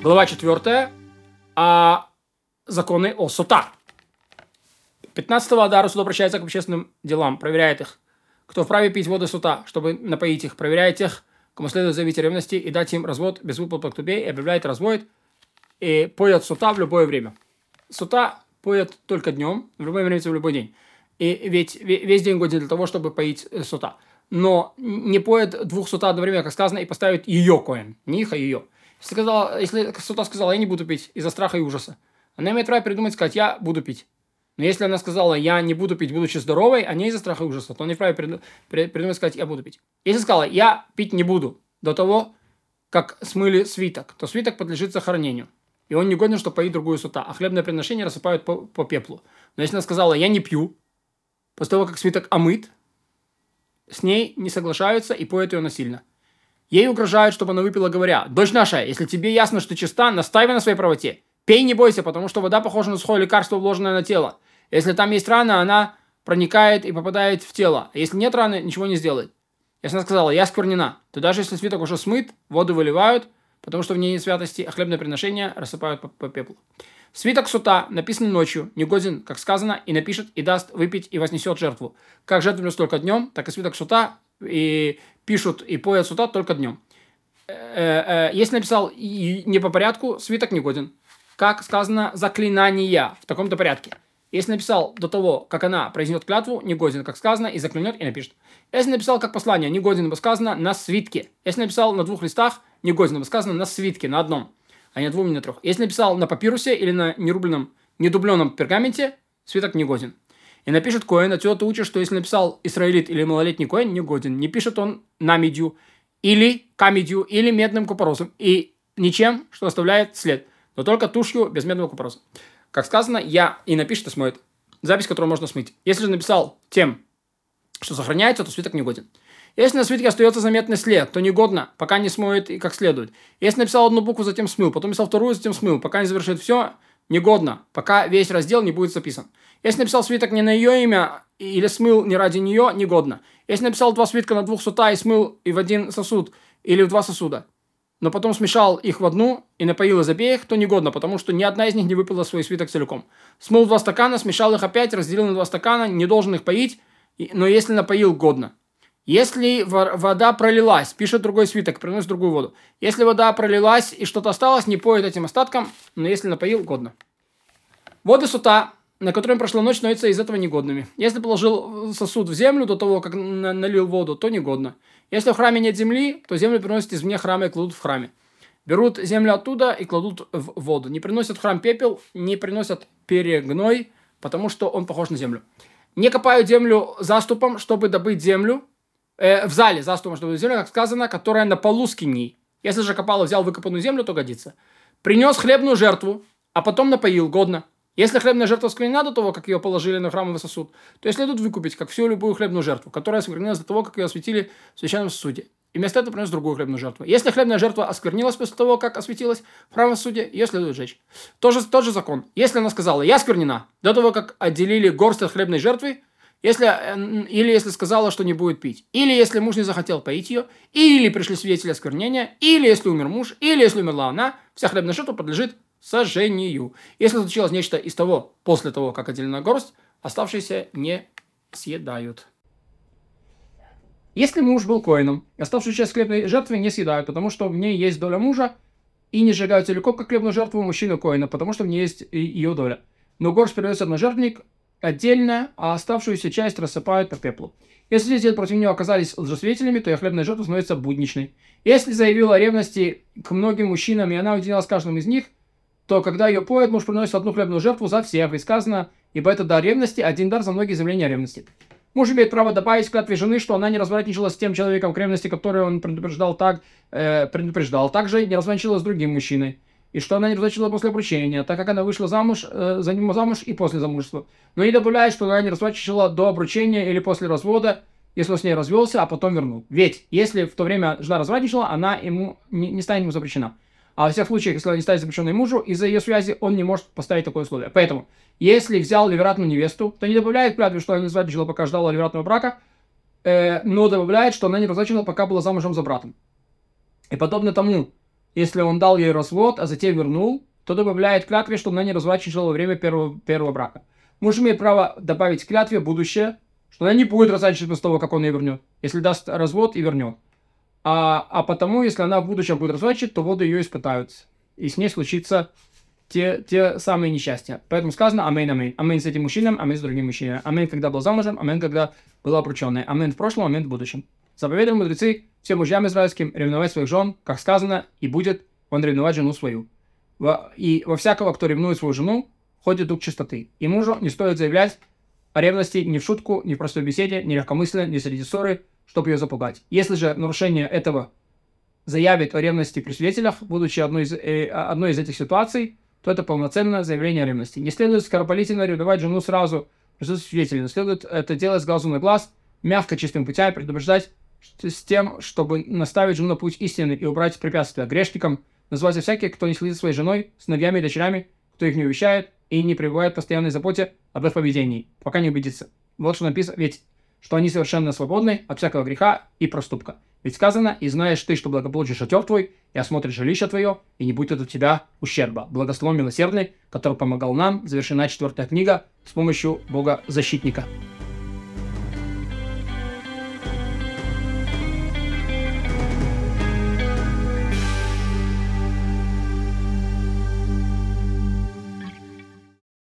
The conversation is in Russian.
Глава 4. Законы о сота. 15-го Адара суд обращается к общественным делам, проверяет их. Кто вправе пить воды сота, чтобы напоить их, проверяет тех, кому следует заявить о ревности и дать им развод без выплат по ктубе, и объявляет развод, и поет сота в любое время. Сота поет только днем, в любое время, в любой день. И ведь весь день годен для того, чтобы поить сота. Но не поет двух сота одновременно, как сказано, и поставит ее коэн, не их, а ее. Если сота сказала, я не буду пить из-за страха и ужаса, она имеет право придумать, сказать, я буду пить. Но если она сказала, я не буду пить, будучи здоровой, а не из-за страха и ужаса, то она не вправе придумать, сказать, я буду пить. Если сказала, я пить не буду до того, как смыли свиток, то свиток подлежит захоронению. И он не годен, чтобы поить другую сота, а хлебное приношение рассыпают по пеплу. Но если она сказала, я не пью, после того, как свиток омыт, с ней не соглашаются и поют ее насильно. Ей угрожают, чтобы она выпила, говоря, дочь наша, если тебе ясно, что чиста, настаивай на своей правоте. Пей, не бойся, потому что вода похожа на сухое лекарство, вложенное на тело. Если там есть рана, она проникает и попадает в тело. А если нет раны, ничего не сделает. Если она сказала, я сквернена, то даже если свиток уже смыт, воду выливают, потому что в ней нет святости, а хлебное приношение рассыпают по пеплу. Свиток сота, написанный ночью, негоден, как сказано, и напишет, и даст выпить, и вознесет жертву. Как жертву приносит только днем, так и свиток сота, и пишут, и поят сота только днем. Если написал не по порядку, свиток негоден. Как сказано, заклинания в таком-то порядке. Если написал до того, как она произнесет клятву, негоден, как сказано, и заклянет, и напишет. Если написал как послание, негоден, ибо сказано, на свитке. Если написал на 2 листах, негоден, ибо сказано, на свитке, на одном, а не на 2, не на 3. Если написал на папирусе или на недубленном пергаменте, свиток негоден. И напишет коэн, отсюда ты учишь, что если написал израилит или малолетний коэн, негоден. Не пишет он на медью, или камедью, или медным купоросом, и ничем, что оставляет след, но только тушью без медного купороса. Как сказано, и напишет и смоет. Запись, которую можно смыть. Если же написал тем, что сохраняется, то свиток негоден. Если на свитке остается заметный след, то негодно, пока не смоет и как следует. Если написал одну букву, затем смыл, потом написал вторую, затем смыл, пока не завершит все, негодно, пока весь раздел не будет записан. Если написал свиток не на ее имя или смыл не ради нее, негодно. Если написал 2 свитка на 2 сота и смыл и в 1 сосуд или в 2 сосуда, но потом смешал их в одну и напоил из обеих, то негодно, потому что ни одна из них не выпила свой свиток целиком. Смыл 2 стакана, смешал их опять, разделил на 2 стакана, не должен их поить, но если напоил, годно. Если вода пролилась, пишет другой свиток, приносит другую воду. Если вода пролилась и что-то осталось, не поет этим остатком, но если напоил, годно. Воды сота, на котором прошла ночь, становятся из этого негодными. Если положил сосуд в землю до того, как налил воду, то негодно. Если в храме нет земли, то землю приносят извне храма и кладут в храме. Берут землю оттуда и кладут в воду. Не приносят в храм пепел, не приносят перегной, потому что он похож на землю. Не копают землю заступом, чтобы добыть землю. В зале заступом, чтобы добыть землю, как сказано, которая на полу скинии. Если же копал и взял выкопанную землю, то годится. Принес хлебную жертву, а потом напоил, годно. Если хлебная жертва осквернена до того, как ее положили на храмовый сосуд, то и следует выкупить, как всю любую хлебную жертву, которая осквернилась до того, как ее осветили в священном сосуде. И вместо этого принес другую хлебную жертву. Если хлебная жертва осквернилась после того, как осветилась в храмовом сосуде, ее следует сжечь. Тот же закон. Если она сказала, я осквернена, до того, как отделили горсть от хлебной жертвы, или если сказала, что не будет пить, или если муж не захотел поить ее, или пришли свидетели осквернения, или если умер муж, или если умерла она, вся хлебная жертва подлежит сожжению. Если случилось нечто из того, после того, как отделена горсть, оставшиеся не съедают. Если муж был коэном, оставшуюся часть хлебной жертвы не съедают, потому что в ней есть доля мужа, и не сжигают целиком, как хлебную жертву мужчины коэна, потому что в ней есть ее доля. Но горсть передается на жертвенник отдельно, а оставшуюся часть рассыпают по пеплу. Если свидетели против нее оказались лжесвидетелями, то ее хлебная жертва становится будничной. Если заявила о ревности к многим мужчинам, и она уединялась с каждым из них, то когда ее поет, муж приносит одну хлебную жертву за всех. И сказано, ибо это дар ревности, один дар за многие заявления о ревности. Муж имеет право добавить в клятве жены, что она не развратничалась с тем человеком к ревности, который он предупреждал, также не развратничалась с другим мужчиной. И что она не развратничала после обручения, так как она вышла замуж, за ним замуж и после замужества. Но не добавляет, что она не развратничала до обручения или после развода, если он с ней развелся, а потом вернул. Ведь, если в то время жена развратничала, она ему не станет ему запрещена. А во всех случаях, если она не станет запрещенной мужу, из-за ее связи он не может поставить такое условие. Поэтому, если взял ливератную невесту, то не добавляет в клятве, что она не развратничала, пока ждала ливератного брака, но добавляет, что она не развратничала, пока была замужем за братом. И подобно тому, если он дал ей развод, а затем вернул, то добавляет клятве, что она не разврачивала во время первого брака. Муж имеет право добавить к клятве будущее, что она не будет разврачивать после того, как он ее вернет, если даст развод и вернет. А потому, если она в будущем будет разврачивать, то воды ее испытают. И с ней случится те самые несчастья. Поэтому сказано амейн, амейн. Амейн с этим мужчиной, амейн с другим мужчиной. Амейн, когда был замужем, амейн, когда была обрученной. Амейн в прошлом, амейн в будущем. Заповедали мудрецы всем мужьям израильским ревновать своих жен, как сказано, и будет он ревновать жену свою. И во всякого, кто ревнует свою жену, ходит дух чистоты. И мужу не стоит заявлять о ревности ни в шутку, ни в простой беседе, ни легкомысленно, ни среди ссоры, чтобы ее запугать. Если же нарушение этого заявит о ревности при свидетелях, будучи одной из этих ситуаций, то это полноценное заявление о ревности. Не следует скоропалительно ревновать жену сразу в присутствии свидетелей, но следует это делать с глазу на глаз, мягко, чистыми путями предупреждать с тем, чтобы наставить жену на путь истины и убрать препятствия. Грешникам называются всякие, кто не следит за своей женой, сыновьями и дочерями, кто их не увещает и не пребывает в постоянной заботе об их поведении, пока не убедится. Вот что написано, ведь что они совершенно свободны от всякого греха и проступка. Ведь сказано, и знаешь ты, что благополучие шатер твой, и осмотришь жилище твое, и не будет от тебя ущерба. Благословен милосердный, который помогал нам, завершена 4 книга с помощью Бога-защитника.